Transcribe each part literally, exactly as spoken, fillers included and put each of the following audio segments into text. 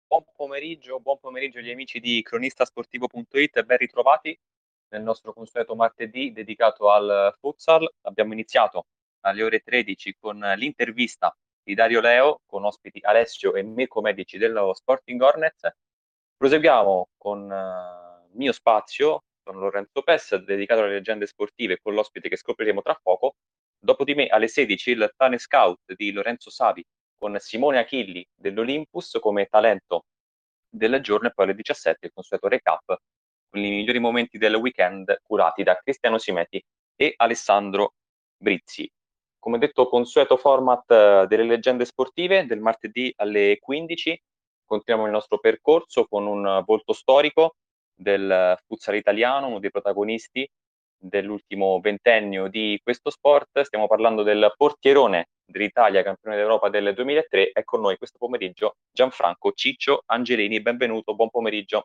Buon pomeriggio, buon pomeriggio agli amici di cronistasportivo.it, ben ritrovati nel nostro consueto martedì dedicato al futsal. Abbiamo iniziato alle ore tredici con l'intervista di Dario Leo con ospiti Alessio e Mirko Medici dello Sporting Hornets. Proseguiamo con eh, il mio spazio, sono Lorenzo Pes, dedicato alle leggende sportive con l'ospite che scopriremo tra poco. Dopo di me alle sedici il Tane Scout di Lorenzo Savi con Simone Achilli dell'Olympus come talento del giorno e poi alle diciassette il consueto recap con i migliori momenti del weekend curati da Cristiano Simeti e Alessandro Brizzi. Come detto, consueto format eh, delle leggende sportive del martedì alle quindici. Continuiamo il nostro percorso con un volto storico del futsal italiano, uno dei protagonisti dell'ultimo ventennio di questo sport. Stiamo parlando del portierone dell'Italia, campione d'Europa del duemilatré. È con noi questo pomeriggio Gianfranco Ciccio Angelini. Benvenuto, buon pomeriggio.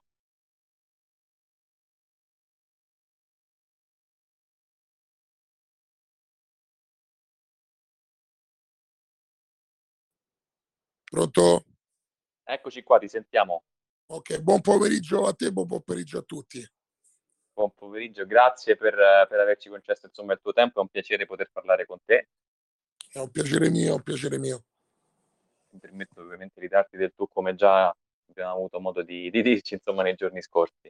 Pronto? Eccoci qua, ti sentiamo. Ok, buon pomeriggio a te, buon pomeriggio a tutti. Buon pomeriggio, grazie per, per averci concesso insomma il tuo tempo, è un piacere poter parlare con te. È un piacere mio, è un piacere mio. Mi permetto ovviamente di darti del tu come già abbiamo avuto modo di, di dirci insomma nei giorni scorsi.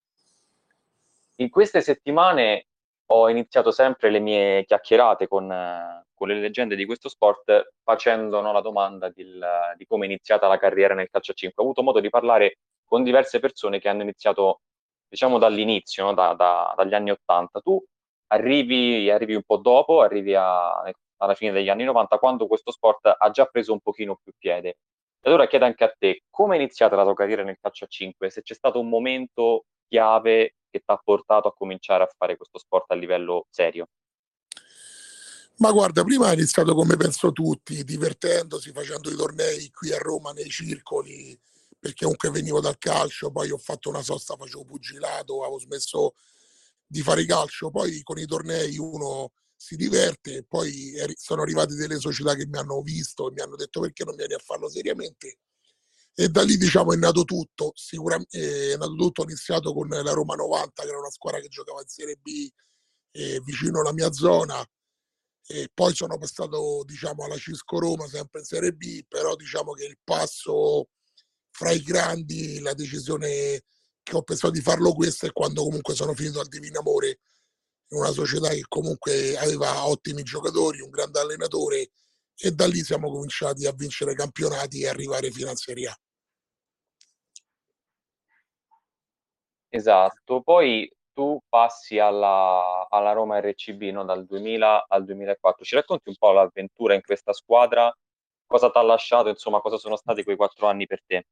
In queste settimane ho iniziato sempre le mie chiacchierate con, eh, con le leggende di questo sport facendo no, la domanda di, di come è iniziata la carriera nel calcio a cinque. Ho avuto modo di parlare con diverse persone che hanno iniziato, diciamo, dall'inizio, no, da, da, dagli anni Ottanta. Tu arrivi, arrivi un po' dopo, arrivi a, alla fine degli anni Novanta, quando questo sport ha già preso un pochino più piede. E allora chiedo anche a te, come è iniziata la tua carriera nel calcio a cinque? Se c'è stato un momento chiave che ti ha portato a cominciare a fare questo sport a livello serio? Ma guarda, prima è iniziato come penso tutti, divertendosi, facendo i tornei qui a Roma nei circoli, perché comunque venivo dal calcio, poi ho fatto una sosta, facevo pugilato, avevo smesso di fare calcio, poi con i tornei uno si diverte, poi sono arrivate delle società che mi hanno visto e mi hanno detto perché non vieni a farlo seriamente. E da lì diciamo è nato tutto, sicuramente è nato tutto, ho iniziato con la Roma novanta, che era una squadra che giocava in Serie B eh, vicino alla mia zona, e poi sono passato diciamo alla Cisco Roma sempre in Serie B, però diciamo che il passo fra i grandi, la decisione che ho pensato di farlo questo è quando comunque sono finito al Divino Amore, in una società che comunque aveva ottimi giocatori, un grande allenatore, e da lì siamo cominciati a vincere campionati e arrivare fino a Serie A. Esatto, poi tu passi alla, alla Roma R C B, no? Dal duemila al duemilaquattro. Ci racconti un po' l'avventura in questa squadra? Cosa ti ha lasciato, insomma, cosa sono stati quei quattro anni per te?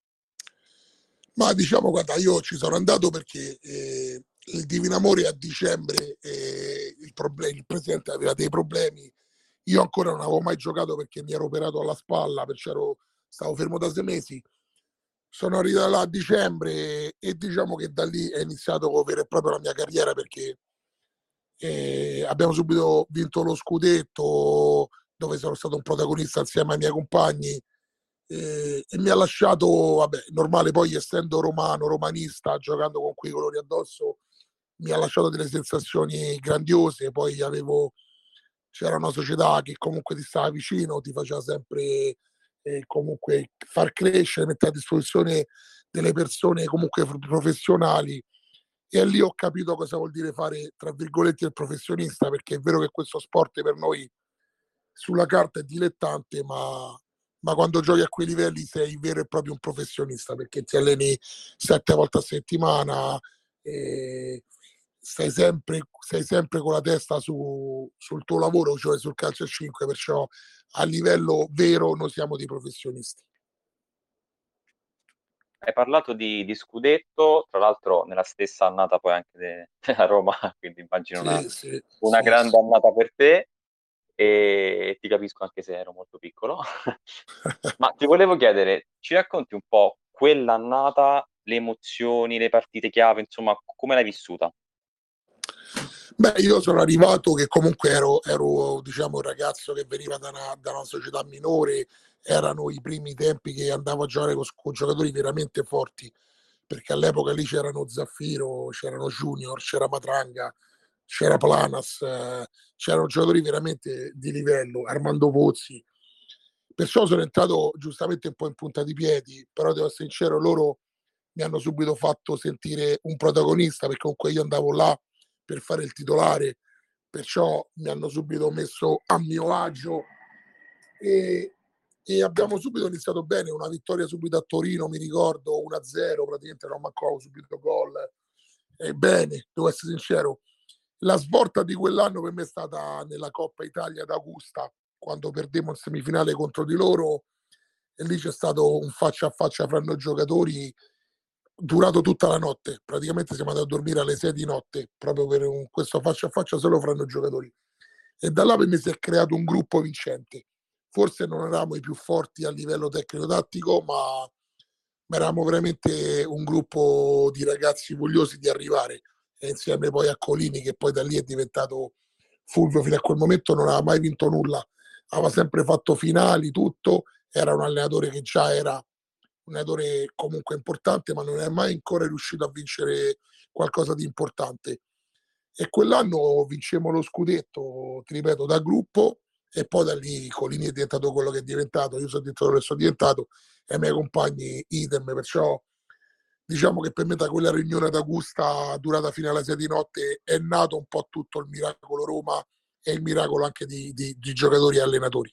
Ma diciamo, guarda, io ci sono andato perché eh, il Divino Amore a dicembre eh, il, problem- il presidente aveva dei problemi. Io ancora non avevo mai giocato perché mi ero operato alla spalla, perciò ero, stavo fermo da sei mesi. Sono arrivato là a dicembre e diciamo che da lì è iniziato vero e proprio la mia carriera, perché eh, abbiamo subito vinto lo scudetto, dove sono stato un protagonista assieme ai miei compagni, eh, e mi ha lasciato, vabbè, normale, poi essendo romano, romanista, giocando con quei colori addosso, mi ha lasciato delle sensazioni grandiose. Poi avevo, c'era una società che comunque ti stava vicino, ti faceva sempre eh, comunque far crescere, mettere a disposizione delle persone comunque professionali, e lì ho capito cosa vuol dire fare, tra virgolette, il professionista, perché è vero che questo sport per noi sulla carta è dilettante, ma, ma quando giochi a quei livelli sei vero e proprio un professionista, perché ti alleni sette volte a settimana, e stai sempre, sei sempre con la testa su, sul tuo lavoro, cioè sul calcio a cinque, perciò a livello vero noi siamo dei professionisti. Hai parlato di, di scudetto, tra l'altro nella stessa annata poi anche de- della Roma, quindi immagino una, Sì, sì, una sì, grande sì. annata per te e ti capisco anche se ero molto piccolo. Ma ti volevo chiedere, ci racconti un po' quell'annata, le emozioni, le partite chiave, insomma, come l'hai vissuta? Beh, io sono arrivato che comunque ero, ero diciamo, un ragazzo che veniva da una, da una società minore, erano i primi tempi che andavo a giocare con, con giocatori veramente forti, perché all'epoca lì c'erano Zaffiro, c'erano Junior, c'era Matranga, c'era Planas, eh, c'erano giocatori veramente di livello, Armando Pozzi. Perciò sono entrato giustamente un po' in punta di piedi, però devo essere sincero, loro mi hanno subito fatto sentire un protagonista, perché comunque io andavo là per fare il titolare, perciò mi hanno subito messo a mio agio e, e abbiamo subito iniziato bene, una vittoria subito a Torino, mi ricordo, uno a zero, praticamente non mancavo subito gol. E bene, devo essere sincero, la svolta di quell'anno per me è stata nella Coppa Italia d'Augusta, quando perdemmo in semifinale contro di loro, e lì c'è stato un faccia a faccia fra noi giocatori durato tutta la notte. Praticamente siamo andati a dormire alle sei di notte proprio per un, questo faccia a faccia solo fra noi giocatori. E da là per me si è creato un gruppo vincente. Forse non eravamo i più forti a livello tecnico-tattico, ma, ma eravamo veramente un gruppo di ragazzi vogliosi di arrivare. E insieme poi a Colini, che poi da lì è diventato Fulvio, fino a quel momento non aveva mai vinto nulla, aveva sempre fatto finali, tutto. Era un allenatore che già era un allenatore comunque importante, ma non è mai ancora riuscito a vincere qualcosa di importante. E quell'anno vincemmo lo scudetto, ti ripeto, da gruppo, e poi da lì Colini è diventato quello che è diventato, io sono diventato quello che sono diventato, e i miei compagni idem, perciò diciamo che per me da quella riunione d'Augusta durata fino alle sei di notte è nato un po' tutto il miracolo Roma e il miracolo anche di, di, di giocatori e allenatori.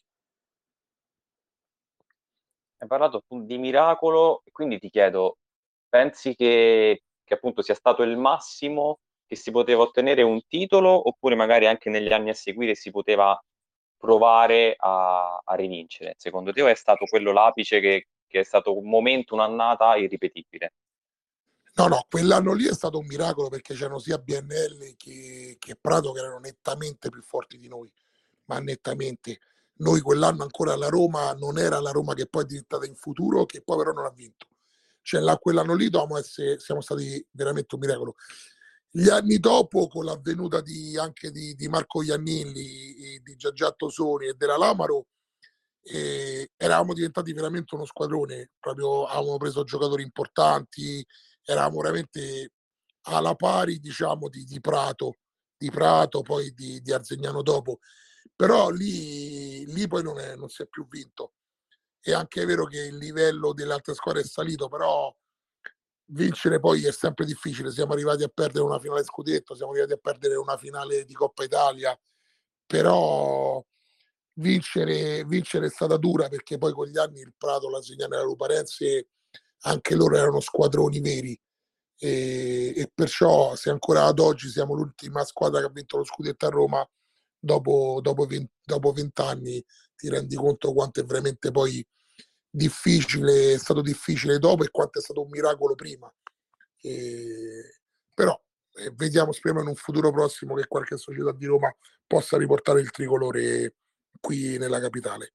Hai parlato appunto di miracolo, e quindi ti chiedo, pensi che, che appunto sia stato il massimo che si poteva ottenere un titolo, oppure magari anche negli anni a seguire si poteva provare a, a rivincere? Secondo te o è stato quello l'apice che, che è stato un momento, un'annata irripetibile? No, no, quell'anno lì è stato un miracolo perché c'erano sia B N L che, che Prato che erano nettamente più forti di noi, ma nettamente. Noi quell'anno ancora la Roma non era la Roma che poi è diventata in futuro, che poi però non ha vinto. Cioè là, quell'anno lì dovevamo essere, siamo stati veramente un miracolo. Gli anni dopo, con l'avvenuta di, anche di, di Marco Iannilli, di Giaggiatto Soni e della Lamaro, eh, eravamo diventati veramente uno squadrone, proprio avevamo preso giocatori importanti, eravamo veramente alla pari, diciamo, di, di Prato, di Prato, poi di, di Arzegnano dopo. Però lì, lì poi non, è, non si è più vinto. È anche vero che il livello delle altre squadre è salito, però vincere poi è sempre difficile. Siamo arrivati a perdere una finale scudetto, siamo arrivati a perdere una finale di Coppa Italia, però vincere, vincere è stata dura perché poi con gli anni il Prato, la Signana e la Luparense, anche loro erano squadroni veri. E, e perciò se ancora ad oggi siamo l'ultima squadra che ha vinto lo scudetto a Roma dopo, dopo, venti, dopo vent'anni, ti rendi conto quanto è veramente poi difficile, è stato difficile dopo e quanto è stato un miracolo prima. E, però eh, vediamo, speriamo in un futuro prossimo che qualche società di Roma possa riportare il tricolore qui nella capitale.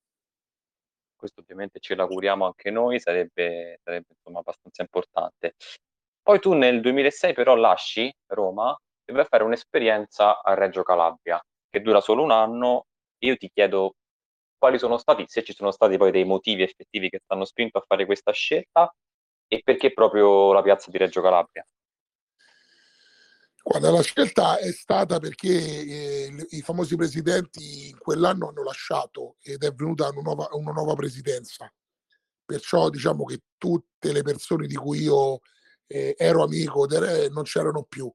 Questo ovviamente ce l'auguriamo anche noi, sarebbe, sarebbe insomma abbastanza importante. Poi tu nel duemilasei però lasci Roma e vai a fare un'esperienza a Reggio Calabria, che dura solo un anno. Io ti chiedo quali sono stati, se ci sono stati poi dei motivi effettivi che ti hanno spinto a fare questa scelta e perché proprio la piazza di Reggio Calabria. Guarda, la scelta è stata perché eh, i famosi presidenti in quell'anno hanno lasciato ed è venuta una nuova, una nuova presidenza. Perciò diciamo che tutte le persone di cui io eh, ero amico non c'erano più.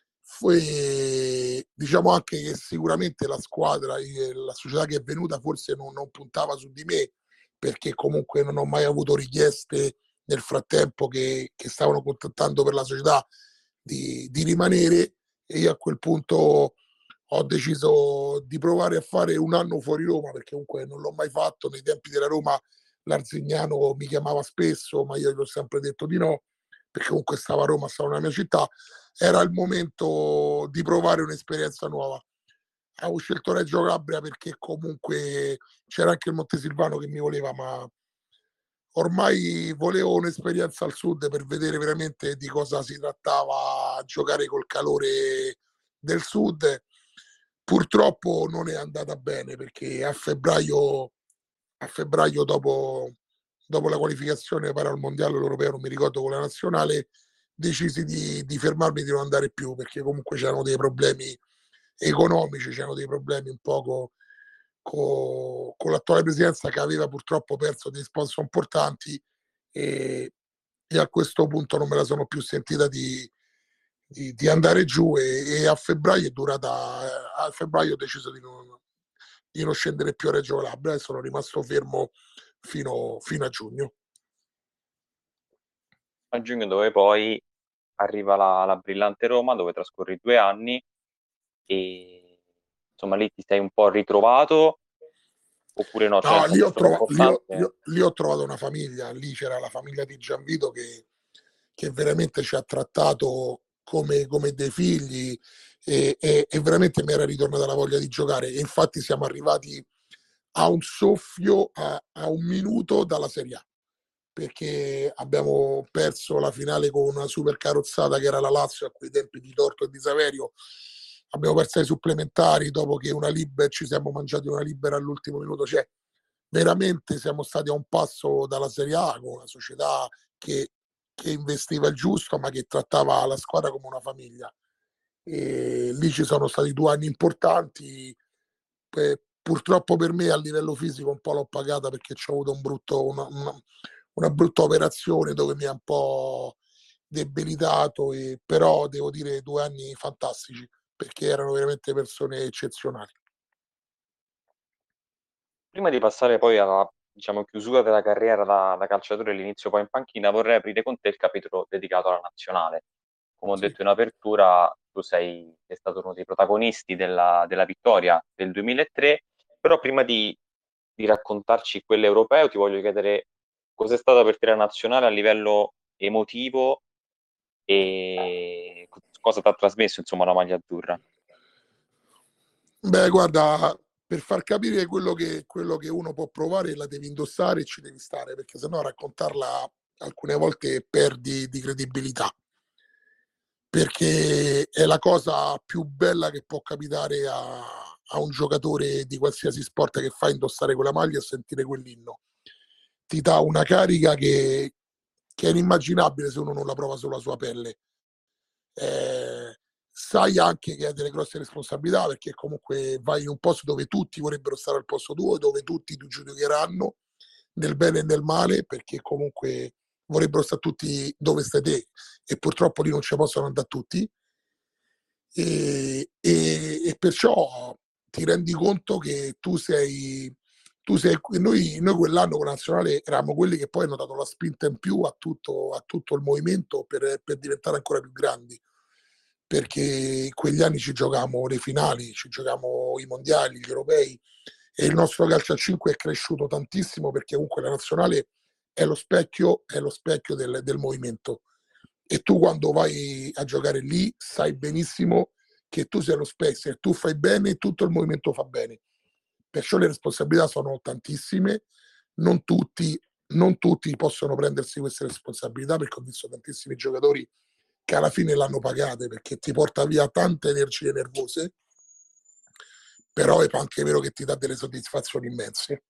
Fu, diciamo anche che sicuramente la squadra, la società che è venuta forse non, non puntava su di me, perché comunque non ho mai avuto richieste nel frattempo che, che stavano contattando per la società di, di rimanere, e io a quel punto ho deciso di provare a fare un anno fuori Roma, perché comunque non l'ho mai fatto. Nei tempi della Roma l'Arzignano mi chiamava spesso, ma io gli ho sempre detto di no, perché comunque stavo a Roma, stavo nella mia città. Era il momento di provare un'esperienza nuova. Avevo scelto Reggio Calabria perché comunque c'era anche il Montesilvano che mi voleva, ma ormai volevo un'esperienza al sud per vedere veramente di cosa si trattava, giocare col calore del Sud. Purtroppo non è andata bene perché a febbraio, a febbraio dopo, dopo la qualificazione per al mondiale europeo, non mi ricordo con la nazionale, decisi di, di fermarmi, di non andare più perché comunque c'erano dei problemi economici, c'erano dei problemi un po' co- co- con l'attuale presidenza che aveva purtroppo perso dei sponsor importanti e, e a questo punto non me la sono più sentita di, di, di andare giù e, e a febbraio è durata, eh, a febbraio ho deciso di non, di non scendere più a Reggio Calabria e sono rimasto fermo fino, fino a giugno. A giugno dove poi arriva la, la brillante Roma dove trascorri due anni e insomma lì ti sei un po' ritrovato oppure no? Cioè No, nel lì senso è ho, stato trova- lì, ho, lì importante? ho- lì ho trovato una famiglia, lì c'era la famiglia di Gianvito che, che veramente ci ha trattato come, come dei figli e, e, e veramente mi era ritornata la voglia di giocare. E infatti siamo arrivati a un soffio, a, a un minuto dalla Serie A, perché abbiamo perso la finale con una super carrozzata che era la Lazio a quei tempi di Torto e di Saverio. Abbiamo perso ai supplementari dopo che una libera ci siamo mangiati una libera all'ultimo minuto. Cioè, veramente siamo stati a un passo dalla Serie A con una società che, che investiva il giusto, ma che trattava la squadra come una famiglia. E lì ci sono stati due anni importanti. Eh, purtroppo per me a livello fisico un po' l'ho pagata perché ho avuto un brutto, una, una, una brutta operazione dove mi ha un po' debilitato, e, però devo dire due anni fantastici perché erano veramente persone eccezionali. Prima di passare poi alla, diciamo, chiusura della carriera da, da calciatore e l'inizio poi in panchina, vorrei aprire con te il capitolo dedicato alla nazionale. Come ho Sì. detto in apertura, tu sei, sei stato uno dei protagonisti della, della vittoria del duemilatré, però prima di, di raccontarci quell'europeo ti voglio chiedere cos'è stata per te la nazionale a livello emotivo e cosa ti ha trasmesso, insomma, la maglia azzurra. Beh, guarda, per far capire quello che, quello che uno può provare la devi indossare e ci devi stare, perché sennò raccontarla alcune volte perdi di credibilità, perché è la cosa più bella che può capitare a, a un giocatore di qualsiasi sport che fa indossare quella maglia e sentire quell'inno. Ti dà una carica che, che è inimmaginabile se uno non la prova sulla sua pelle. Eh, sai anche che hai delle grosse responsabilità perché comunque vai in un posto dove tutti vorrebbero stare al posto tuo, dove tutti ti giudicheranno nel bene e nel male, perché comunque vorrebbero stare tutti dove stai te e purtroppo lì non ci possono andare tutti e, e, e perciò ti rendi conto che tu sei, tu sei noi, noi quell'anno con la nazionale eravamo quelli che poi hanno dato la spinta in più a tutto, a tutto il movimento per, per diventare ancora più grandi, perché in quegli anni ci giocavamo le finali, ci giocavamo i mondiali, gli europei e il nostro calcio a cinque è cresciuto tantissimo perché comunque la nazionale è lo specchio, è lo specchio del, del movimento e tu quando vai a giocare lì sai benissimo che tu sei lo specchio, se tu fai bene tutto il movimento fa bene, perciò le responsabilità sono tantissime, non tutti, non tutti possono prendersi queste responsabilità perché ho visto tantissimi giocatori che alla fine l'hanno pagate perché ti porta via tante energie nervose, però è anche vero che ti dà delle soddisfazioni immense.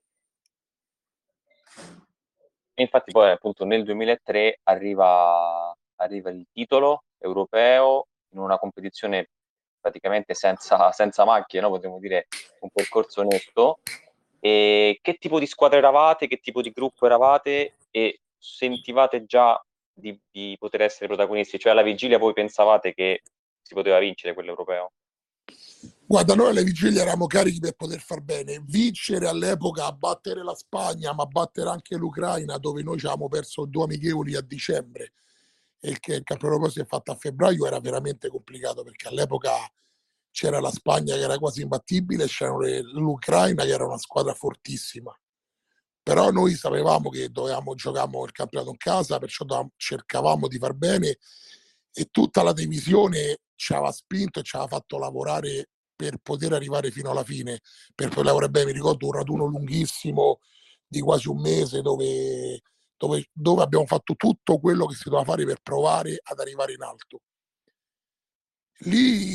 E infatti poi appunto nel duemilatré arriva, arriva il titolo europeo in una competizione praticamente senza, senza macchie, no? Potremmo dire un percorso onesto. E che tipo di squadra eravate, che tipo di gruppo eravate e sentivate già di, di poter essere protagonisti? Cioè alla vigilia voi pensavate che si poteva vincere quell'europeo? Guarda, noi alle vigilie eravamo carichi per poter far bene, vincere all'epoca, battere la Spagna, ma battere anche l'Ucraina, dove noi ci avevamo perso due amichevoli a dicembre e che il campionato europeo si è fatto a febbraio, era veramente complicato perché all'epoca c'era la Spagna che era quasi imbattibile, c'era l'Ucraina che era una squadra fortissima. Però noi sapevamo che dovevamo giocare il campionato in casa, perciò cercavamo di far bene e tutta la divisione ci aveva spinto e ci aveva fatto lavorare per poter arrivare fino alla fine, per poter lavorare bene. Mi ricordo un raduno lunghissimo di quasi un mese dove, dove, dove abbiamo fatto tutto quello che si doveva fare per provare ad arrivare in alto. Lì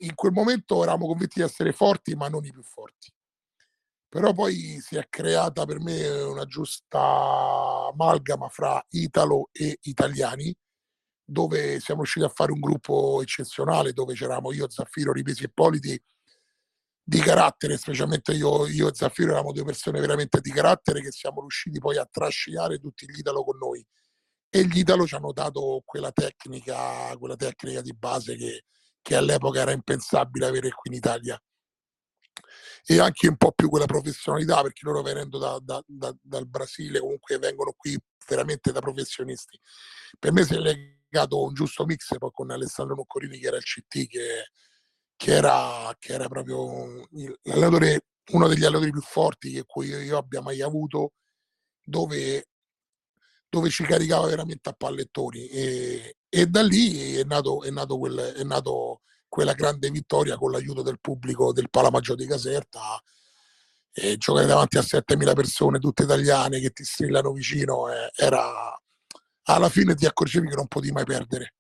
in quel momento eravamo convinti di essere forti, ma non i più forti. Però poi si è creata per me una giusta amalgama fra italo e italiani, dove siamo riusciti a fare un gruppo eccezionale, dove c'eravamo io, Zaffiro, Ripesi e Politi, di carattere, specialmente io, io e Zaffiro eravamo due persone veramente di carattere che siamo riusciti poi a trascinare tutti gli italo con noi. E gli italo ci hanno dato quella tecnica, quella tecnica di base che, che all'epoca era impensabile avere qui in Italia. E anche un po' più quella professionalità, perché loro venendo da, da, da, dal Brasile comunque vengono qui veramente da professionisti. Per me si è legato un giusto mix poi con Alessandro Noccorini, che era il C T, che, che, era, che era proprio l'allenatore, uno degli allenatori più forti che cui io abbia mai avuto, dove, dove ci caricava veramente a pallettoni. E, e da lì è nato, è nato, quel, è nato quella grande vittoria con l'aiuto del pubblico del Palamaggio di Caserta, e giocare davanti a settemila persone tutte italiane che ti strillano vicino, eh, era, alla fine ti accorgevi che non potevi mai perdere.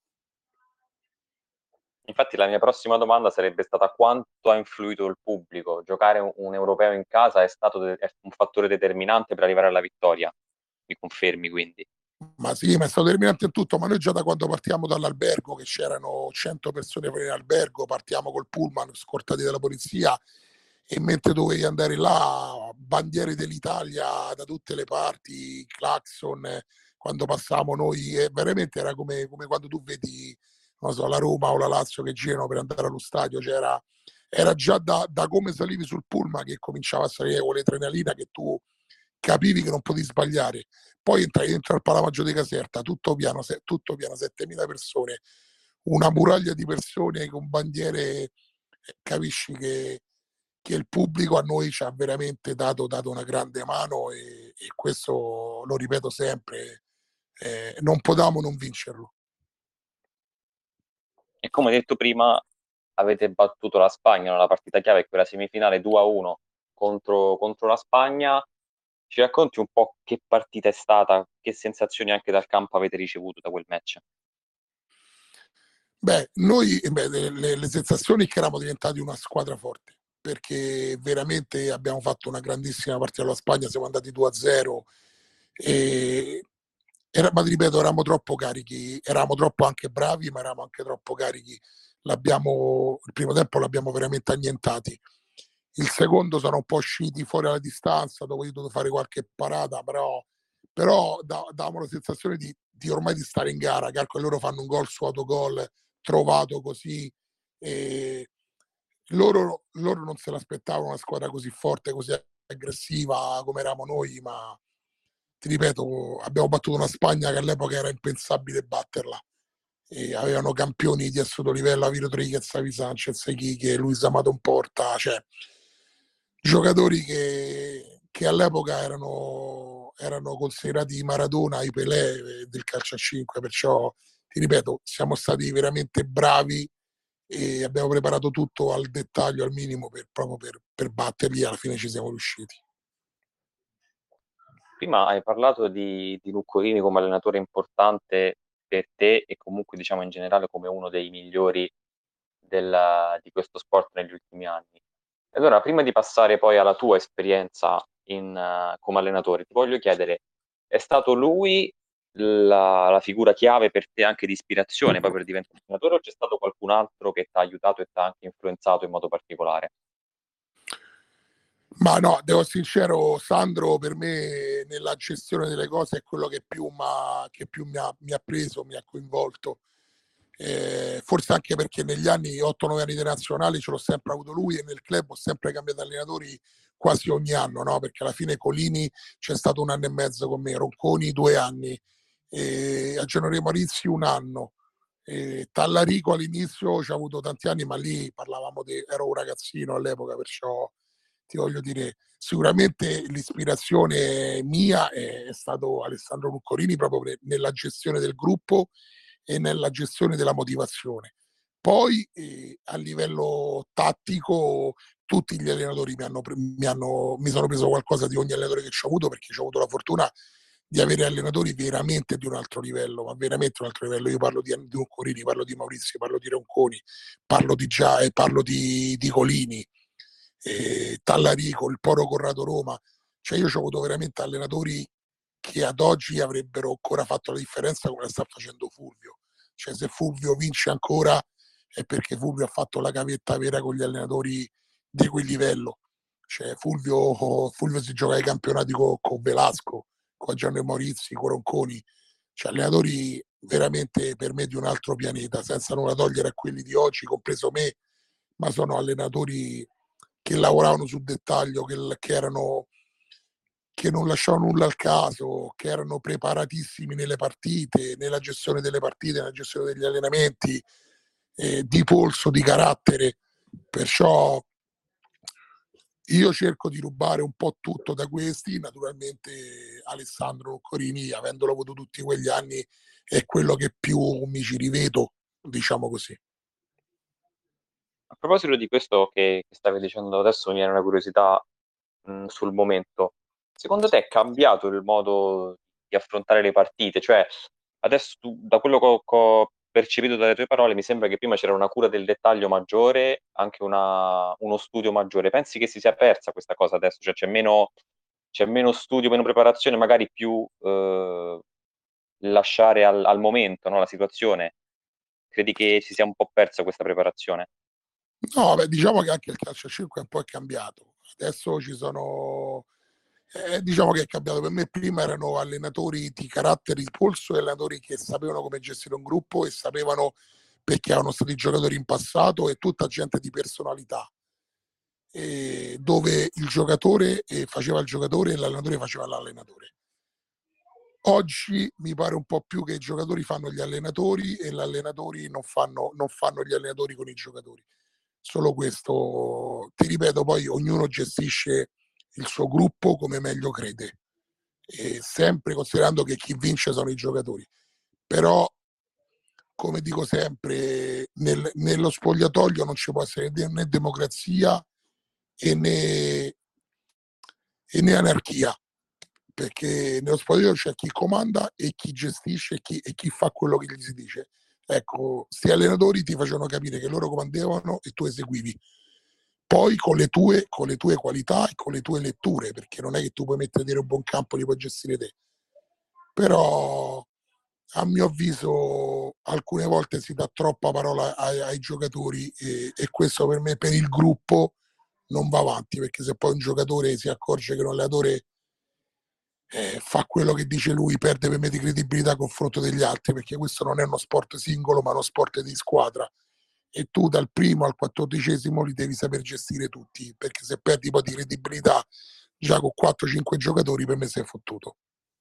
Infatti la mia prossima domanda sarebbe stata: quanto ha influito il pubblico? Giocare un, un europeo in casa è stato de- è un fattore determinante per arrivare alla vittoria? Mi confermi quindi? Ma sì, ma è stato determinante in tutto, ma noi già da quando partiamo dall'albergo, che c'erano cento persone fuori in albergo, partiamo col pullman scortati dalla polizia, e mentre dovevi andare là, bandiere dell'Italia da tutte le parti, clacson, eh, quando passavamo noi, e veramente era come, come quando tu vedi, non so, la Roma o la Lazio che girano per andare allo stadio, c'era, era già da, da come salivi sul pullman che cominciava a salire con l'adrenalina, che tu capivi che non potevi sbagliare. Poi entrai dentro al Palamaggio di Caserta, tutto piano, tutto piano, settemila persone, una muraglia di persone con bandiere, capisci che, che il pubblico a noi ci ha veramente dato, dato una grande mano, e, e questo lo ripeto sempre, eh, non potevamo non vincerlo. E come detto prima, avete battuto la Spagna nella partita chiave, quella semifinale due a uno contro, contro la Spagna. Ci racconti un po' che partita è stata, che sensazioni anche dal campo avete ricevuto da quel match? Beh, noi beh, le, le sensazioni che eravamo diventati una squadra forte, perché veramente abbiamo fatto una grandissima partita alla Spagna, siamo andati due a zero, e era, ma ti ripeto, eravamo troppo carichi, eravamo troppo anche bravi, ma eravamo anche troppo carichi. L'abbiamo, il primo tempo l'abbiamo veramente annientati. Il secondo sono un po' usciti fuori alla distanza, dove io ho dovuto fare qualche parata, però, però da, davamo la sensazione di, di ormai di stare in gara. Calcolo che loro fanno un gol su autogol trovato così, e loro, loro non se l'aspettavano una squadra così forte, così aggressiva come eravamo noi, ma ti ripeto, abbiamo battuto una Spagna che all'epoca era impensabile batterla, e avevano campioni di assoluto livello, Aviro Triguez, Savi Sanchez, Chiche, Luis Amato Porta, cioè giocatori che, che all'epoca erano, erano considerati i Maradona, i Pelé del calcio a cinque, perciò ti ripeto, siamo stati veramente bravi e abbiamo preparato tutto al dettaglio, al minimo, per, proprio per, per batterli, e alla fine ci siamo riusciti. Prima hai parlato di, di Luccorini come allenatore importante per te e comunque diciamo in generale come uno dei migliori della, di questo sport negli ultimi anni. E allora, prima di passare poi alla tua esperienza in, uh, come allenatore, ti voglio chiedere, è stato lui la, la figura chiave per te anche di ispirazione poi per diventare allenatore, o c'è stato qualcun altro che ti ha aiutato e ti ha anche influenzato in modo particolare? Ma no, devo essere sincero, Sandro per me nella gestione delle cose è quello che più, che più mi, ha, mi ha preso, mi ha coinvolto. Eh, forse anche perché negli anni, otto nove anni di nazionali, ce l'ho sempre avuto lui, e nel club ho sempre cambiato allenatori quasi ogni anno, no? Perché alla fine Colini c'è stato un anno e mezzo con me, Ronconi due anni, eh, a Genorio Marizzi un anno, eh, Tallarico all'inizio ci ha avuto tanti anni, ma lì parlavamo di, ero un ragazzino all'epoca, perciò ti voglio dire, sicuramente l'ispirazione mia è stato Alessandro Luccorini, proprio nella gestione del gruppo e nella gestione della motivazione. Poi eh, a livello tattico tutti gli allenatori mi, hanno, mi, hanno, mi sono preso qualcosa di ogni allenatore che ci ho avuto, perché ho avuto la fortuna di avere allenatori veramente di un altro livello, ma veramente un altro livello. Io parlo di, di Corini, parlo di Maurizio, parlo di Ronconi, parlo di Gia, eh, parlo di, di Colini, eh, Tallarico, il Poro Corrado Roma. Cioè io ho avuto veramente allenatori che ad oggi avrebbero ancora fatto la differenza come la sta facendo Fulvio. Cioè se Fulvio vince ancora è perché Fulvio ha fatto la gavetta vera con gli allenatori di quel livello. Cioè Fulvio, Fulvio si gioca ai campionati con, con Velasco, con Gianni Maurizi, con Ronconi, cioè allenatori veramente per me di un altro pianeta, senza nulla togliere a quelli di oggi, compreso me, ma sono allenatori che lavoravano sul dettaglio, che, che erano che non lasciavano nulla al caso, che erano preparatissimi nelle partite, nella gestione delle partite, nella gestione degli allenamenti, eh, di polso, di carattere. Perciò io cerco di rubare un po' tutto da questi, naturalmente Alessandro Corini, avendolo avuto tutti quegli anni, è quello che più mi ci rivedo, diciamo così. A proposito di questo che, che stavi dicendo adesso, mi viene una curiosità mh, sul momento. Secondo te è cambiato il modo di affrontare le partite? Cioè, adesso tu, da quello che ho, che ho percepito dalle tue parole, mi sembra che prima c'era una cura del dettaglio maggiore, anche una, uno studio maggiore. Pensi che si sia persa questa cosa adesso? Cioè c'è meno, c'è meno studio, meno preparazione, magari più eh, lasciare al, al momento, no, la situazione? Credi che si sia un po' persa questa preparazione? No, beh, diciamo che anche il calcio a cinque un po' è cambiato. Adesso ci sono, eh, diciamo che è cambiato. Per me prima erano allenatori di carattere di polso e allenatori che sapevano come gestire un gruppo e sapevano perché erano stati giocatori in passato e tutta gente di personalità, e dove il giocatore eh, faceva il giocatore e l'allenatore faceva l'allenatore. Oggi mi pare un po' più che i giocatori fanno gli allenatori e gli allenatori non fanno, non fanno gli allenatori con i giocatori. Solo questo, ti ripeto, poi ognuno gestisce il suo gruppo come meglio crede, e sempre considerando che chi vince sono i giocatori. Però, come dico sempre, nel, nello spogliatoio non ci può essere né democrazia e né, e né anarchia, perché nello spogliatoio c'è chi comanda e chi gestisce e chi, e chi fa quello che gli si dice. Ecco, questi allenatori ti facevano capire che loro comandavano e tu eseguivi. Poi con le, tue, con le tue qualità e con le tue letture, perché non è che tu puoi mettere in un buon campo e li puoi gestire te. Però a mio avviso alcune volte si dà troppa parola ai, ai giocatori e, e questo per me, per il gruppo, non va avanti, perché se poi un giocatore si accorge che un allenatore eh, fa quello che dice lui, perde per me di credibilità a confronto degli altri, perché questo non è uno sport singolo ma uno sport di squadra e tu dal primo al quattordicesimo li devi saper gestire tutti, perché se perdi poi di credibilità già con quattro cinque giocatori per me sei fottuto.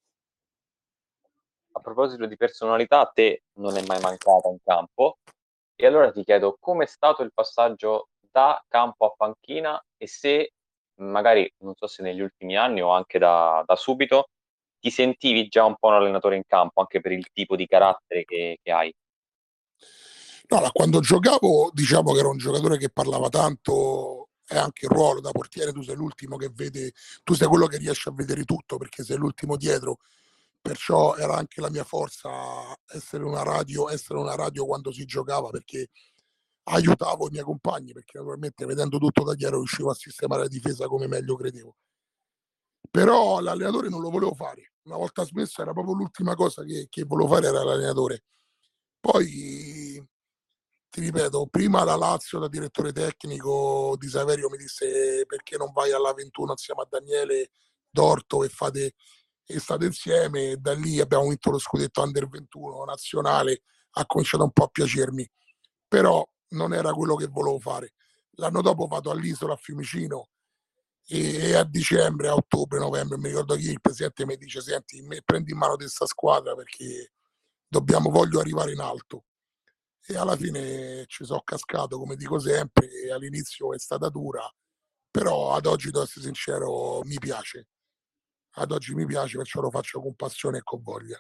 A proposito di personalità, a te non è mai mancata in campo. E allora ti chiedo com'è stato il passaggio da campo a panchina e se magari, non so se negli ultimi anni o anche da, da subito, ti sentivi già un po' un allenatore in campo, anche per il tipo di carattere che, che hai. No, quando giocavo diciamo che ero un giocatore che parlava tanto e anche il ruolo da portiere, tu sei l'ultimo che vede, tu sei quello che riesce a vedere tutto perché sei l'ultimo dietro, perciò era anche la mia forza essere una radio, essere una radio quando si giocava, perché aiutavo i miei compagni, perché naturalmente vedendo tutto da dietro riuscivo a sistemare la difesa come meglio credevo. Però l'allenatore non lo volevo fare, una volta smesso era proprio l'ultima cosa che, che volevo fare, era l'allenatore. Poi ti ripeto, prima la Lazio da direttore tecnico di Saverio mi disse perché non vai alla ventuno assieme a Daniele Dorto e fate e state insieme, e da lì abbiamo vinto lo scudetto under ventuno nazionale, ha cominciato un po' a piacermi, però non era quello che volevo fare. L'anno dopo vado all'isola a Fiumicino e, e a dicembre, a ottobre, novembre, mi ricordo chi il presidente mi dice senti, me, prendi in mano questa squadra perché dobbiamo, voglio arrivare in alto. E alla fine ci sono cascato, come dico sempre, e all'inizio è stata dura, però ad oggi, devo essere sincero, mi piace. Ad oggi mi piace, perciò lo faccio con passione e con voglia.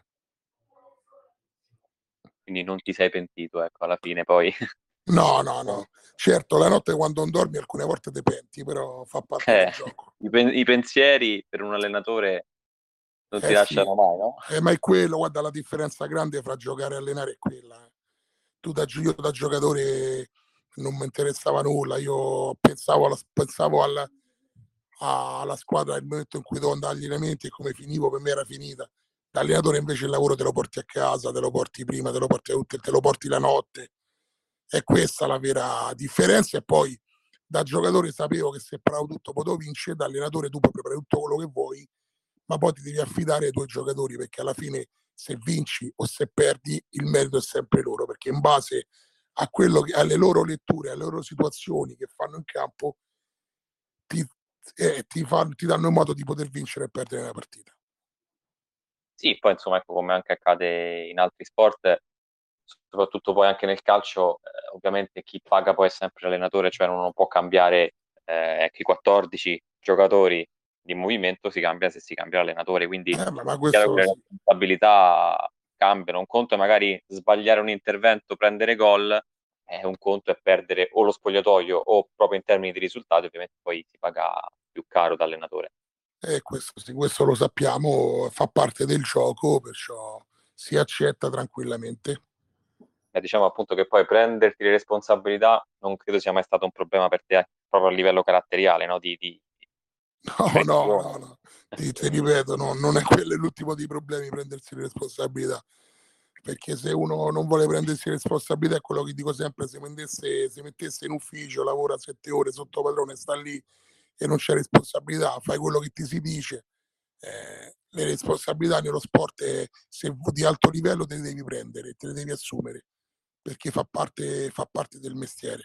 Quindi non ti sei pentito, ecco, alla fine poi. No, no, no. Certo, la notte quando non dormi alcune volte te penti, però fa parte del Eh, gioco. i, pen- i pensieri per un allenatore non ti Eh sì, lasciano mai, no? eh, ma è quello, guarda, la differenza grande fra giocare e allenare è quella. eh. Tu da, gio- io da giocatore non mi interessava nulla, io pensavo alla, pensavo al- alla squadra nel momento in cui dovevo andare agli allenamenti e come finivo, per me era finita. Da allenatore invece il lavoro te lo porti a casa, te lo porti prima, te lo porti, a tutte- te lo porti la notte. È questa la vera differenza. E poi da giocatore sapevo che se preparavo tutto potevo vincere, da allenatore tu puoi preparare tutto quello che vuoi, ma poi ti devi affidare ai tuoi giocatori, perché alla fine se vinci o se perdi il merito è sempre loro, perché in base a quello che, alle loro letture, alle loro situazioni che fanno in campo, ti, eh, ti, fanno, ti danno il modo di poter vincere e perdere una partita. Sì, poi insomma, ecco, come anche accade in altri sport, soprattutto poi anche nel calcio, eh, ovviamente chi paga poi è sempre l'allenatore, cioè uno non può cambiare, eh, ecco, i quattordici giocatori di movimento, si cambia se si cambia l'allenatore, quindi Eh, ma, ma è chiaro questo che lo le so. responsabilità cambiano. Un conto è magari sbagliare un intervento, prendere gol, eh, un conto è perdere o lo spogliatoio o proprio in termini di risultati, ovviamente poi si paga più caro da allenatore. Eh, questo, sì, questo lo sappiamo, fa parte del gioco, perciò si accetta tranquillamente. E diciamo appunto che poi prenderti le responsabilità non credo sia mai stato un problema per te, proprio a livello caratteriale, no? Di, di, di No, no, pressione. no, no. Ti, ti ripeto, no, non è quello l'ultimo dei problemi, prendersi le responsabilità. Perché se uno non vuole prendersi le responsabilità, è quello che dico sempre, se mettesse, se mettesse in ufficio, lavora sette ore sotto padrone, sta lì e non c'è responsabilità, fai quello che ti si dice. Eh, le responsabilità nello sport, eh, se di alto livello, te le devi prendere, te le devi assumere, perché fa parte, fa parte del mestiere.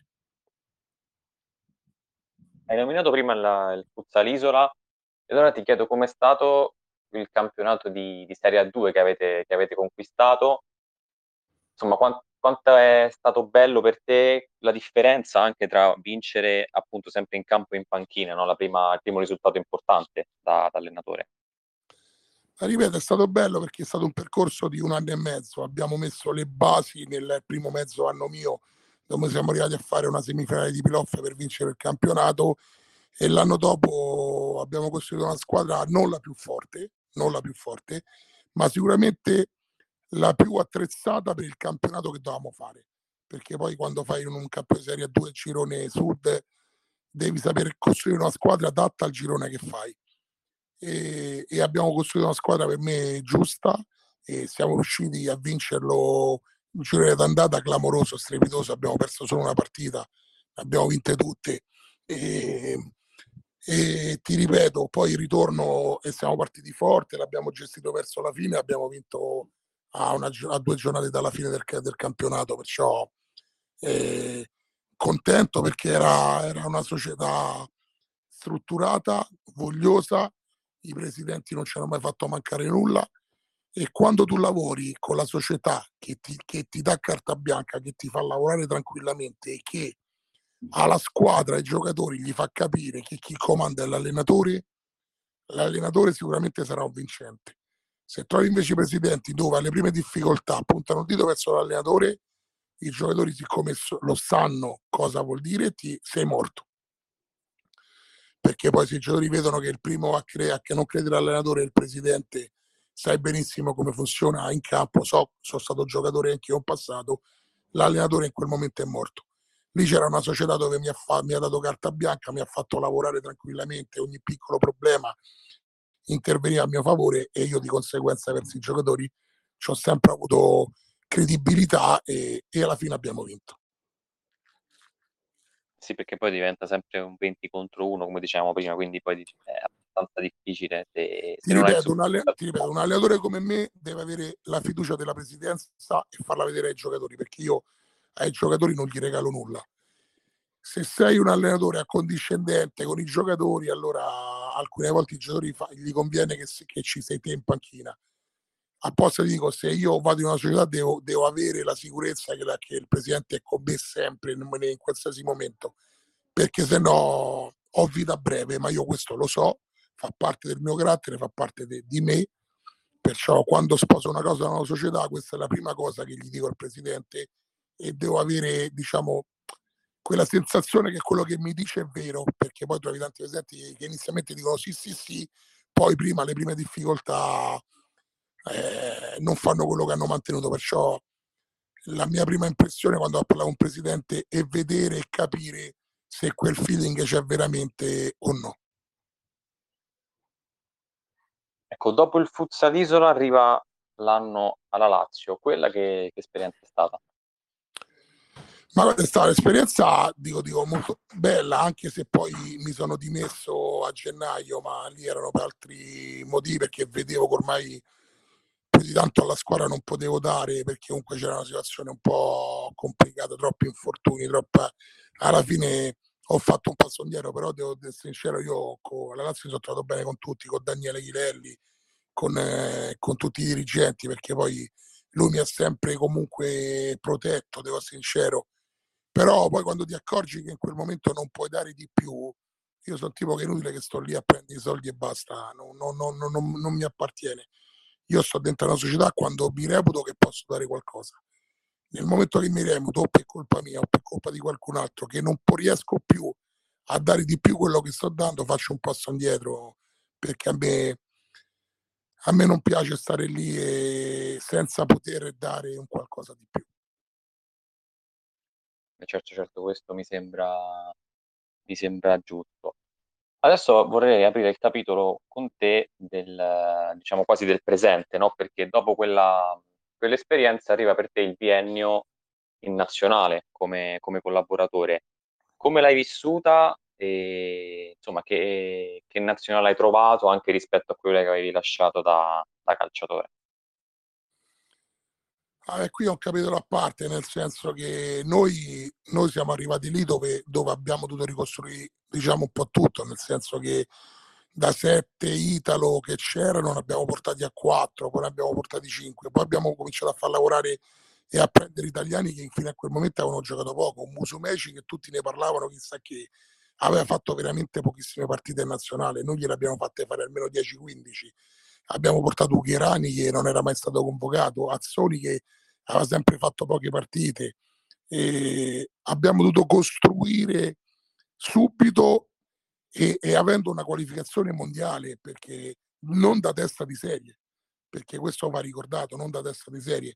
Hai nominato prima la- il futsal Isola, e allora ti chiedo com'è stato il campionato di, di Serie A due che avete, che avete conquistato. Insomma, quan- quanto è stato bello per te la differenza anche tra vincere appunto sempre in campo e in panchina, no? La prima- il primo risultato importante da, da allenatore. Ma ripeto, è stato bello perché è stato un percorso di un anno e mezzo. Abbiamo messo le basi nel primo mezzo anno mio, dove siamo arrivati a fare una semifinale di playoff per vincere il campionato, e l'anno dopo abbiamo costruito una squadra non la più forte, non la più forte, ma sicuramente la più attrezzata per il campionato che dovevamo fare. Perché poi quando fai un campione Serie A due girone sud, devi sapere costruire una squadra adatta al girone che fai. E, e abbiamo costruito una squadra per me giusta e siamo riusciti a vincerlo, un girone d'andata clamoroso, strepitoso. Abbiamo perso solo una partita, abbiamo vinte tutte. E, e ti ripeto, poi il ritorno, e siamo partiti forte, l'abbiamo gestito verso la fine, abbiamo vinto a, una, a due giornate dalla fine del, del campionato, perciò eh, contento perché era, era una società strutturata, vogliosa, i presidenti non ci hanno mai fatto mancare nulla, e quando tu lavori con la società che ti, che ti dà carta bianca, che ti fa lavorare tranquillamente e che alla squadra, ai giocatori gli fa capire che chi comanda è l'allenatore, l'allenatore sicuramente sarà un vincente. Se trovi invece i presidenti dove alle prime difficoltà puntano il dito verso l'allenatore, i giocatori, siccome lo sanno cosa vuol dire, ti sei morto. Perché poi se i giocatori vedono che il primo a, cre- a che non crede l'allenatore è il presidente, sai benissimo come funziona in campo, so, sono stato giocatore anche io in passato, l'allenatore in quel momento è morto. Lì c'era una società dove mi ha, fa- mi ha dato carta bianca, mi ha fatto lavorare tranquillamente, ogni piccolo problema interveniva a mio favore, e io di conseguenza verso i giocatori ci ho sempre avuto credibilità, e, e alla fine abbiamo vinto. Sì, perché poi diventa sempre un venti contro uno, come dicevamo prima, quindi poi dici, è abbastanza difficile se, Ti se non hai il ripeto, un alle- supporto. ti ripeto, un allenatore come me deve avere la fiducia della presidenza e farla vedere ai giocatori, perché io ai giocatori non gli regalo nulla. Se sei un allenatore accondiscendente con i giocatori, allora alcune volte i giocatori fa- gli conviene che, se- che ci sei te in panchina. Apposta ti dico, se io vado in una società devo, devo avere la sicurezza che, la- che il presidente è con me sempre, in, in qualsiasi momento, perché se no ho vita breve, ma io questo lo so, fa parte del mio carattere, fa parte de- di me, perciò quando sposo una cosa nella società, questa è la prima cosa che gli dico al presidente, e devo avere, diciamo, quella sensazione che quello che mi dice è vero, perché poi trovi tanti presidenti che inizialmente dicono sì, sì, sì, poi prima le prime difficoltà eh, non fanno quello che hanno mantenuto, perciò la mia prima impressione quando ho parlato con un presidente è vedere e capire se quel feeling c'è veramente o no. Ecco, dopo il Futsal Isola arriva l'anno alla Lazio, quella che, che esperienza è stata? Ma questa è stata un'esperienza, dico, dico, molto bella, anche se poi mi sono dimesso a gennaio, ma lì erano per altri motivi, perché vedevo che ormai più di tanto alla squadra non potevo dare, perché comunque c'era una situazione un po' complicata, troppi infortuni, troppa... Alla fine ho fatto un passo indietro, però devo essere sincero, io con la Lazio mi sono trovato bene con tutti, con Daniele Chilelli, con, eh, con tutti i dirigenti, perché poi lui mi ha sempre comunque protetto, devo essere sincero. Però poi quando ti accorgi che in quel momento non puoi dare di più, io sono tipo che è inutile che sto lì a prendere i soldi e basta, non, non, non, non, non mi appartiene. Io sto dentro una società quando mi reputo che posso dare qualcosa. Nel momento che mi reputo, o per colpa mia o per colpa di qualcun altro, che non riesco più a dare di più quello che sto dando, faccio un passo indietro, perché a me, a me non piace stare lì e senza poter dare un qualcosa di più. Eh, certo, certo, questo mi sembra, mi sembra giusto. Adesso vorrei aprire il capitolo con te del, diciamo quasi del presente, no? Perché dopo quella, quell'esperienza arriva per te il biennio in nazionale come, come collaboratore. Come l'hai vissuta e insomma che, che nazionale hai trovato anche rispetto a quello che avevi lasciato da, da calciatore? Ah, e qui è un capitolo a parte, nel senso che noi, noi siamo arrivati lì dove, dove abbiamo dovuto ricostruire, diciamo, un po' tutto, nel senso che da sette Italo che c'erano ne abbiamo portati a quattro, poi ne abbiamo portati cinque, poi abbiamo cominciato a far lavorare e a prendere italiani che fino a quel momento avevano giocato poco, un Musumeci che tutti ne parlavano, chissà che aveva fatto veramente pochissime partite in nazionale, noi gliele fatte fare almeno dieci quindici. Abbiamo portato Ugherani che non era mai stato convocato, Azzoni che aveva sempre fatto poche partite. E abbiamo dovuto costruire subito e, e avendo una qualificazione mondiale, perché non da testa di serie, perché questo va ricordato, non da testa di serie.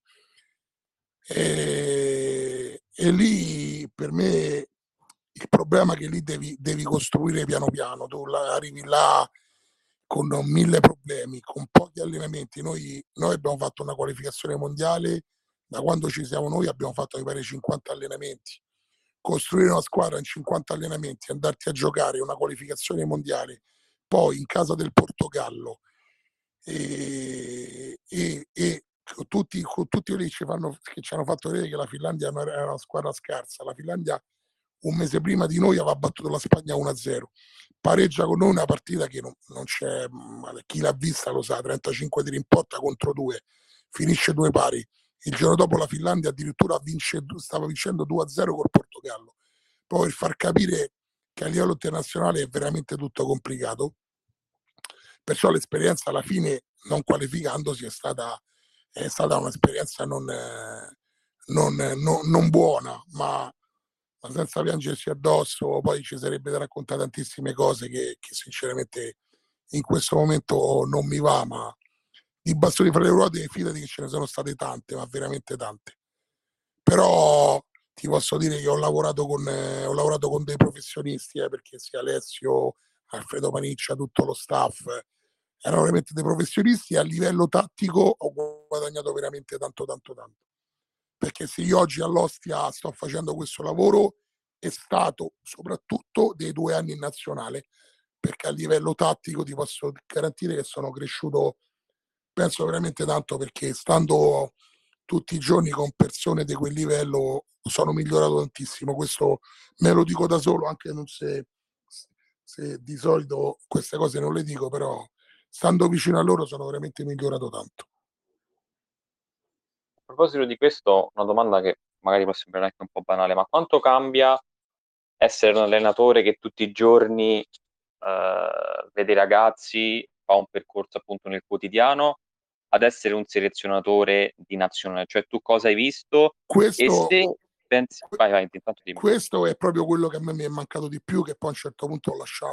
E, e lì per me il problema è che lì devi, devi costruire piano piano, tu la, arrivi là con mille problemi, con pochi allenamenti. Noi, noi abbiamo fatto una qualificazione mondiale, da quando ci siamo noi abbiamo fatto mi pare cinquanta allenamenti. Costruire una squadra in cinquanta allenamenti, andarti a giocare una qualificazione mondiale, poi in casa del Portogallo e, e, e con tutti, con tutti quelli che ci, fanno, che ci hanno fatto vedere che la Finlandia era una squadra scarsa. La Finlandia un mese prima di noi aveva battuto la Spagna uno a zero, pareggia con noi una partita che non, non c'è, chi l'ha vista lo sa, trentacinque tiri in porta contro due, finisce due pari. Il giorno dopo la Finlandia addirittura vince, stava vincendo due a zero col Portogallo. Poi per far capire che a livello internazionale è veramente tutto complicato. Perciò l'esperienza alla fine, non qualificandosi, è stata, è stata un'esperienza non, eh, non, non, non buona, ma ma senza piangerci addosso, poi ci sarebbe da raccontare tantissime cose che, che sinceramente in questo momento non mi va, ma di bastoni fra le ruote fidati che ce ne sono state tante, ma veramente tante. Però ti posso dire che ho lavorato con, eh, ho lavorato con dei professionisti, eh, perché sia Alessio, Alfredo Paniccia, tutto lo staff, eh, erano veramente dei professionisti e a livello tattico ho guadagnato veramente tanto, tanto, tanto. Perché se io oggi all'Ostia sto facendo questo lavoro è stato soprattutto dei due anni in nazionale, perché a livello tattico ti posso garantire che sono cresciuto, penso veramente tanto, perché stando tutti i giorni con persone di quel livello sono migliorato tantissimo. Questo me lo dico da solo, anche non se, se di solito queste cose non le dico, però stando vicino a loro sono veramente migliorato tanto. A proposito di questo, una domanda che magari può sembrare anche un po' banale, ma quanto cambia essere un allenatore che tutti i giorni eh, vede i ragazzi, fa un percorso appunto nel quotidiano, ad essere un selezionatore di nazionale? Cioè tu cosa hai visto e Questo, se pensi... Vai, vai, intanto dimmi. questo è proprio quello che a me mi è mancato di più, che poi a un certo punto ho lasciato.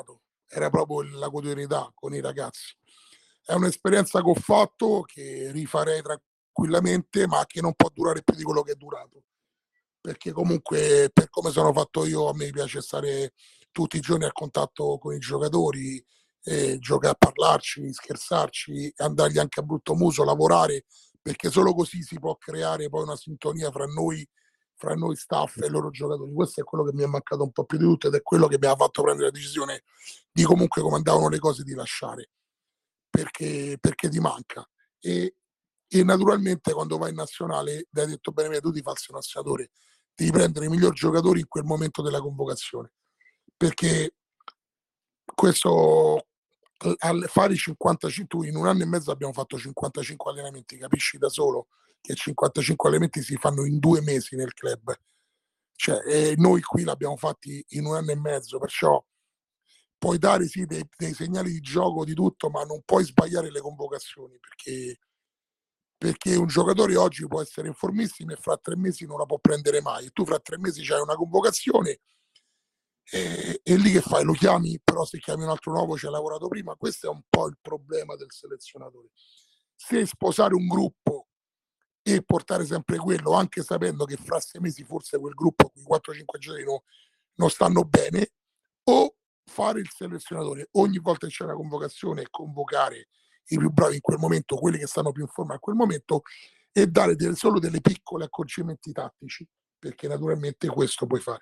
era proprio la quotidianità con i ragazzi. È un'esperienza che ho fatto, che rifarei tranquillamente, ma che non può durare più di quello che è durato, perché comunque per come sono fatto io a me piace stare tutti i giorni a contatto con i giocatori, eh, giocare a parlarci, scherzarci, andargli anche a brutto muso, lavorare, perché solo così si può creare poi una sintonia fra noi, fra noi staff e i loro giocatori. Questo è quello che mi è mancato un po' più di tutto ed è quello che mi ha fatto prendere la decisione di comunque come andavano le cose di lasciare, perché, perché ti manca. E, e naturalmente quando vai in nazionale, hai detto bene me, tu ti falsi un allenatore, devi prendere i migliori giocatori in quel momento della convocazione, perché questo al fare i cinquantacinque, in un anno e mezzo abbiamo fatto cinquantacinque allenamenti, capisci da solo che cinquantacinque allenamenti si fanno in due mesi nel club, cioè, e noi qui l'abbiamo fatti in un anno e mezzo, perciò puoi dare sì dei, dei segnali di gioco di tutto, ma non puoi sbagliare le convocazioni, perché perché un giocatore oggi può essere informissimo e fra tre mesi non la può prendere mai. Tu fra tre mesi c'hai una convocazione e, e lì che fai? Lo chiami, però se chiami un altro nuovo ci hai lavorato prima. Questo è un po' il problema del selezionatore. Se sposare un gruppo e portare sempre quello, anche sapendo che fra sei mesi forse quel gruppo, quei quattro cinque giocatori no, non stanno bene, o fare il selezionatore ogni volta che c'è una convocazione e convocare i più bravi in quel momento, quelli che stanno più in forma in quel momento, e dare delle, solo delle piccole accorgimenti tattici, perché naturalmente questo puoi fare.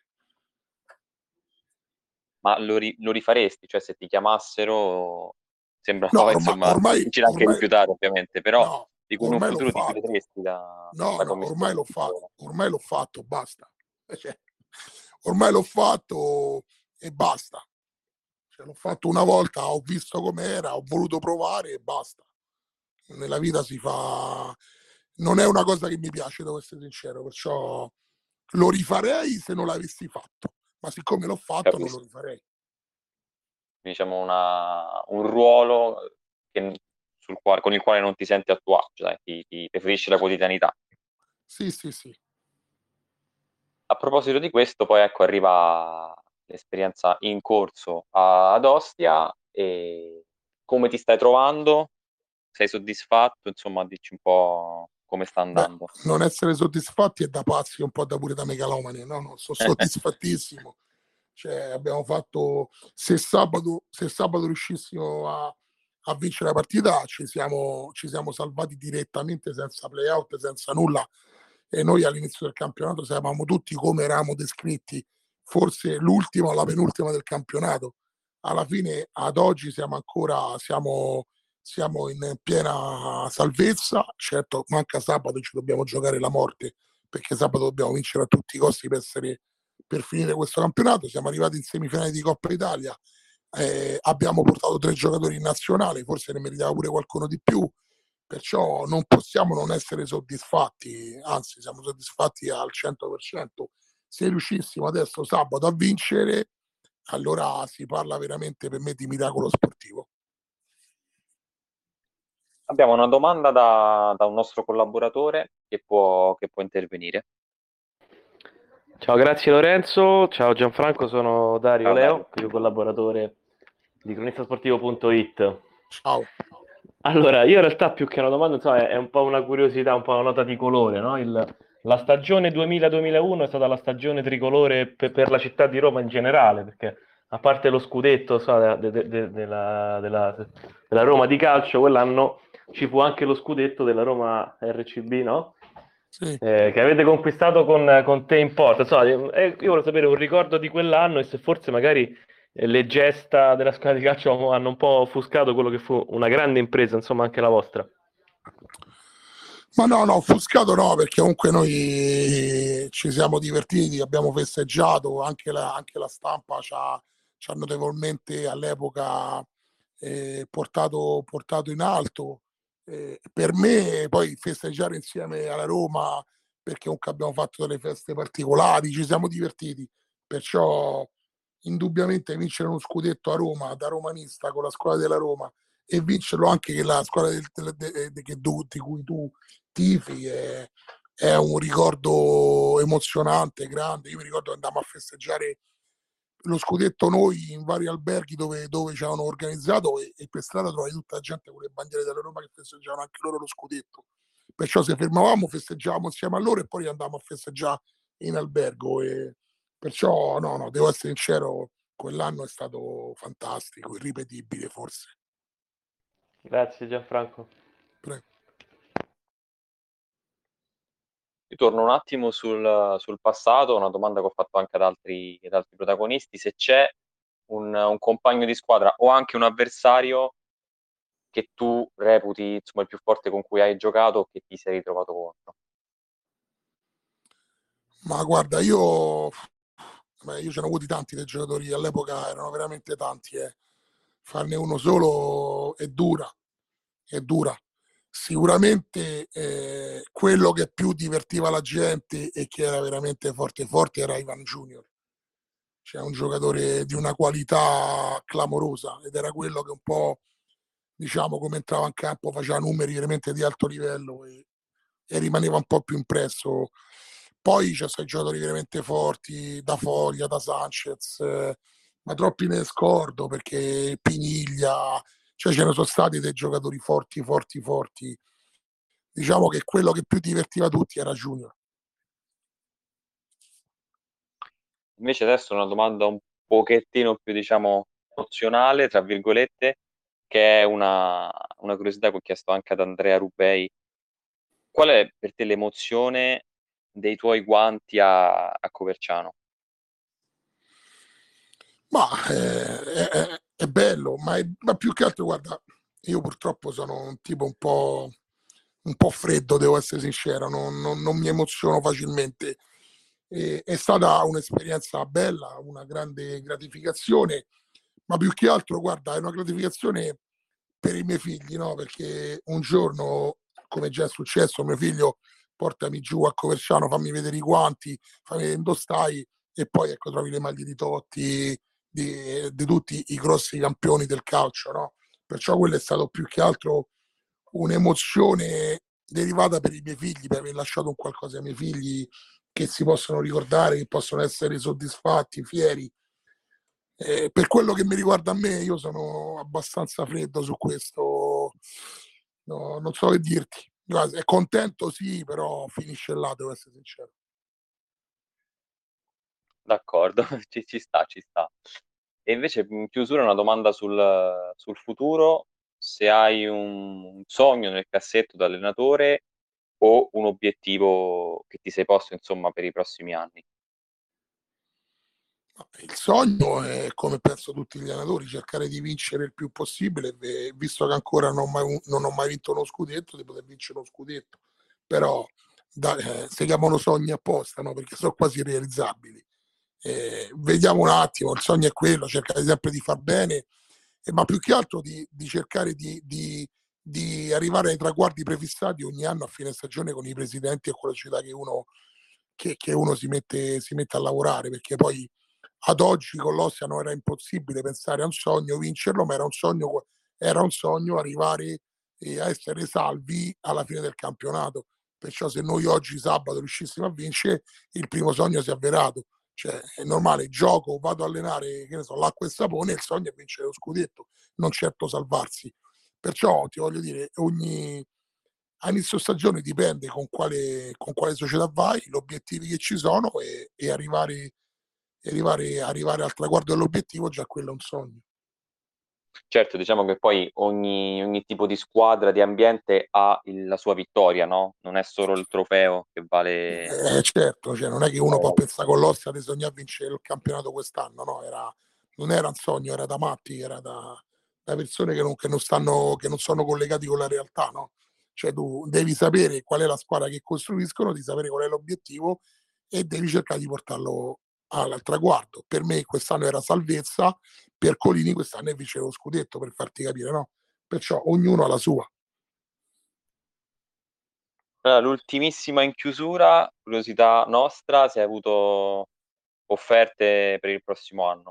Ma lo, ri- lo rifaresti? Cioè, se ti chiamassero, sembra No, no, ormai, insomma, ormai, difficile anche ormai, rifiutare, ovviamente, però no, dico in un ormai l'ho futuro ti ci fatto. vedresti da, No, da no, ormai commissione l'ho fatto, direttore? ormai l'ho fatto, basta. Cioè, ormai l'ho fatto e basta. Cioè, l'ho fatto una volta, ho visto com'era, ho voluto provare e basta. Nella vita si fa... Non è una cosa che mi piace, devo essere sincero, perciò lo rifarei se non l'avessi fatto, ma siccome l'ho fatto non lo Capisco. rifarei. Diciamo una, un ruolo che, sul quale, con il quale non ti senti a tuo agio, dai, ti, ti preferisci la quotidianità. Sì, sì, sì. A proposito di questo, poi ecco, arriva l'esperienza in corso a- ad Ostia e come ti stai trovando? Sei soddisfatto? Insomma, dici un po' come sta Beh, andando. non essere soddisfatti è da pazzi, un po' da pure da megalomani, no, no, sono soddisfattissimo. Cioè, abbiamo fatto, se sabato, se sabato riuscissimo a, a vincere la partita, ci siamo, ci siamo salvati direttamente senza playout, senza nulla. E noi all'inizio del campionato sapevamo tutti come eravamo descritti, forse l'ultima o la penultima del campionato. Alla fine, ad oggi, siamo ancora, siamo, siamo in piena salvezza. Certo, manca sabato, ci dobbiamo giocare la morte, perché sabato dobbiamo vincere a tutti i costi per essere per finire questo campionato. Siamo arrivati in semifinale di Coppa Italia, eh, abbiamo portato tre giocatori in nazionale, forse ne meritava pure qualcuno di più, perciò non possiamo non essere soddisfatti, anzi siamo soddisfatti al cento per cento. Se riuscissimo adesso sabato a vincere, allora si parla veramente per me di miracolo sportivo. Abbiamo una domanda da, da un nostro collaboratore che può, che può intervenire. Ciao, grazie Lorenzo, ciao Gianfranco, sono Dario Ciao Dario. Leo, qui collaboratore di cronistasportivo punto it. Ciao. Allora, io in realtà più che una domanda, insomma, è è un po' una curiosità, un po' una nota di colore, no? Il- la stagione duemila-duemilauno è stata la stagione tricolore pe- per la città di Roma in generale, perché a parte lo scudetto, so, de- de- de- della, della- della Roma di calcio, quell'anno ci fu anche lo scudetto della Roma R C B, no? Sì. Eh, che avete conquistato con, con te in porta. Insomma, eh, io volevo sapere un ricordo di quell'anno e se forse magari eh, le gesta della squadra di calcio hanno un po' offuscato quello che fu una grande impresa, insomma, anche la vostra. Ma no, no, offuscato no, perché comunque noi ci siamo divertiti, abbiamo festeggiato, anche la, anche la stampa ci ha, ci ha notevolmente all'epoca eh, portato, portato in alto. Eh, per me poi festeggiare insieme alla Roma, perché comunque abbiamo fatto delle feste particolari, ci siamo divertiti, perciò indubbiamente vincere uno scudetto a Roma, da romanista con la squadra della Roma, e vincerlo anche che la squadra del, del, de, de, che tu, di cui tu tifi è, è un ricordo emozionante, grande. Io mi ricordo che andammo a festeggiare lo scudetto noi in vari alberghi dove, dove ci avevano organizzato, e, e per strada trovavi tutta la gente con le bandiere della Roma che festeggiavano anche loro lo scudetto. Perciò se fermavamo festeggiavamo insieme a loro e poi andavamo a festeggiare in albergo. E perciò no, no, devo essere sincero, quell'anno è stato fantastico, irripetibile forse. Grazie Gianfranco. Prego. Ritorno un attimo sul, sul passato, una domanda che ho fatto anche ad altri, ad altri protagonisti: se c'è un, un compagno di squadra o anche un avversario che tu reputi, insomma, il più forte con cui hai giocato o che ti sei ritrovato contro. Ma guarda, io, beh, io ce ne ho avuti tanti dei giocatori, all'epoca erano veramente tanti, eh. Farne uno solo è dura, è dura. Sicuramente eh, quello che più divertiva la gente e che era veramente forte forte era Ivan Junior. Cioè un giocatore di una qualità clamorosa, ed era quello che un po', diciamo, come entrava in campo faceva numeri veramente di alto livello, e, e rimaneva un po' più impresso. Poi c'è stati giocatori veramente forti, da Foglia, da Sanchez, eh, ma troppi ne scordo, perché Piniglia, cioè ce ne sono stati dei giocatori forti, forti, forti. Diciamo che quello che più divertiva tutti era Junior. Invece adesso una domanda un pochettino più, diciamo, emozionale, tra virgolette, che è una, una curiosità che ho chiesto anche ad Andrea Rubei. Qual è per te l'emozione dei tuoi guanti a, a Coverciano? Ma eh, è, è bello, ma, è, ma più che altro, guarda, io purtroppo sono un tipo un po', un po' freddo, devo essere sincero, non, non, non mi emoziono facilmente. E, è stata un'esperienza bella, una grande gratificazione, ma più che altro, guarda, è una gratificazione per i miei figli, no? Perché un giorno, come già è successo, mio figlio portami giù a Coverciano, fammi vedere i guanti, fammi vedere indostai, e poi ecco trovi le maglie di Totti, di, di tutti i grossi campioni del calcio, no? Perciò quello è stato più che altro un'emozione derivata per i miei figli, per aver lasciato un qualcosa ai miei figli che si possono ricordare, che possono essere soddisfatti, fieri. Eh, per quello che mi riguarda a me, io sono abbastanza freddo su questo, no, non so che dirti. Guarda, è contento sì, però finisce là, devo essere sincero. D'accordo, ci, ci sta, ci sta. E invece in chiusura una domanda sul, sul futuro: se hai un, un sogno nel cassetto da allenatore o un obiettivo che ti sei posto, insomma, per i prossimi anni. Il sogno è, come penso tutti gli allenatori, cercare di vincere il più possibile, e visto che ancora non ho mai, non ho mai vinto uno scudetto, di poter vincere uno scudetto. Però da, eh, si chiamano sogni apposta, no? Perché sono quasi irrealizzabili. Eh, vediamo un attimo, il sogno è quello, cercare sempre di far bene, eh, ma più che altro di, di cercare di, di, di arrivare ai traguardi prefissati ogni anno a fine stagione con i presidenti e con la società che uno, che, che uno si, mette, si mette a lavorare, perché poi ad oggi con l'Ossiano era impossibile pensare a un sogno, vincerlo, ma era un sogno, era un sogno arrivare eh, a essere salvi alla fine del campionato. Perciò se noi oggi sabato riuscissimo a vincere, il primo sogno si è avverato. Cioè, è normale, gioco, vado a allenare, che ne so, l'acqua e il sapone, il sogno è vincere lo scudetto, non certo salvarsi. Perciò ti voglio dire, ogni a inizio stagione dipende con quale, con quale società vai, gli obiettivi che ci sono, e, e arrivare, e arrivare, arrivare al traguardo dell'obiettivo, già quello è un sogno. Certo, diciamo che poi ogni, ogni tipo di squadra, di ambiente ha il- la sua vittoria, no? Non è solo il trofeo che vale. Eh, certo, cioè non è che uno può pensare con l'Ostia di sognare vincere il campionato quest'anno, no? Era, non era un sogno, era da matti, era da, da persone che non, che non stanno, che non sono collegati con la realtà, no? Cioè tu devi sapere qual è la squadra che costruiscono, di sapere qual è l'obiettivo, e devi cercare di portarlo al, al traguardo. Per me quest'anno era salvezza, per Colini quest'anno è vincere lo scudetto, per farti capire, no? Perciò ognuno ha la sua. Allora, l'ultimissima in chiusura, curiosità nostra, se hai avuto offerte per il prossimo anno.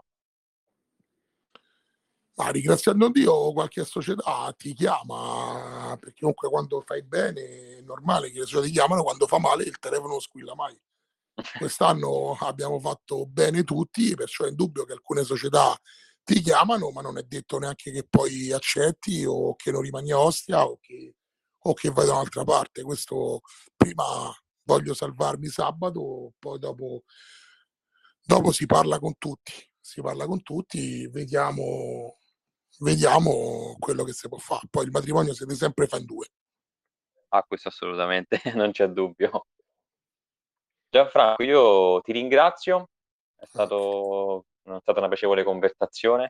Ma ringraziando Dio, qualche società ti chiama, perché comunque quando fai bene è normale che le società ti chiamano, quando fa male il telefono non squilla mai. Quest'anno abbiamo fatto bene tutti, perciò è indubbio che alcune società ti chiamano, ma non è detto neanche che poi accetti o che non rimani a Ostia o che, o che vai da un'altra parte. Questo prima voglio salvarmi sabato, poi dopo, dopo si parla con tutti, si parla con tutti, vediamo, vediamo quello che si può fare. Poi il matrimonio si deve sempre fa in due. Ah, questo assolutamente, non c'è dubbio. Gianfranco, io ti ringrazio, è stato, è stata una piacevole conversazione.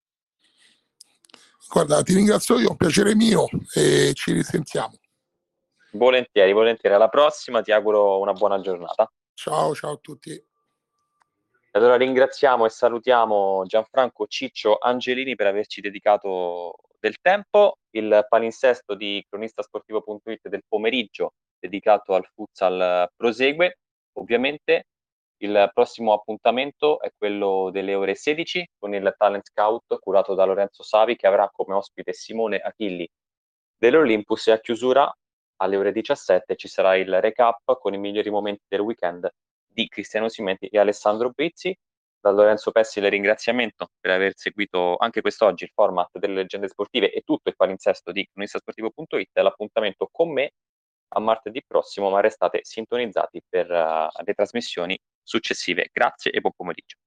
Guarda, ti ringrazio io, è un piacere mio e ci risentiamo. Volentieri, volentieri. Alla prossima, ti auguro una buona giornata. Ciao, ciao a tutti. Allora ringraziamo e salutiamo Gianfranco Ciccio Angelini per averci dedicato del tempo. Il palinsesto di cronistasportivo punto it del pomeriggio dedicato al futsal prosegue. Ovviamente il prossimo appuntamento è quello delle ore sedici con il Talent Scout curato da Lorenzo Savi, che avrà come ospite Simone Achilli dell'Olympus, e a chiusura alle ore diciassette ci sarà il recap con i migliori momenti del weekend di Cristiano Simenti e Alessandro Brizzi. Da Lorenzo Pessi il ringraziamento per aver seguito anche quest'oggi il format delle leggende sportive e tutto il palinsesto di cronistasportivo punto it. L'appuntamento con me a martedì prossimo, ma restate sintonizzati per uh, le trasmissioni successive. Grazie e buon pomeriggio.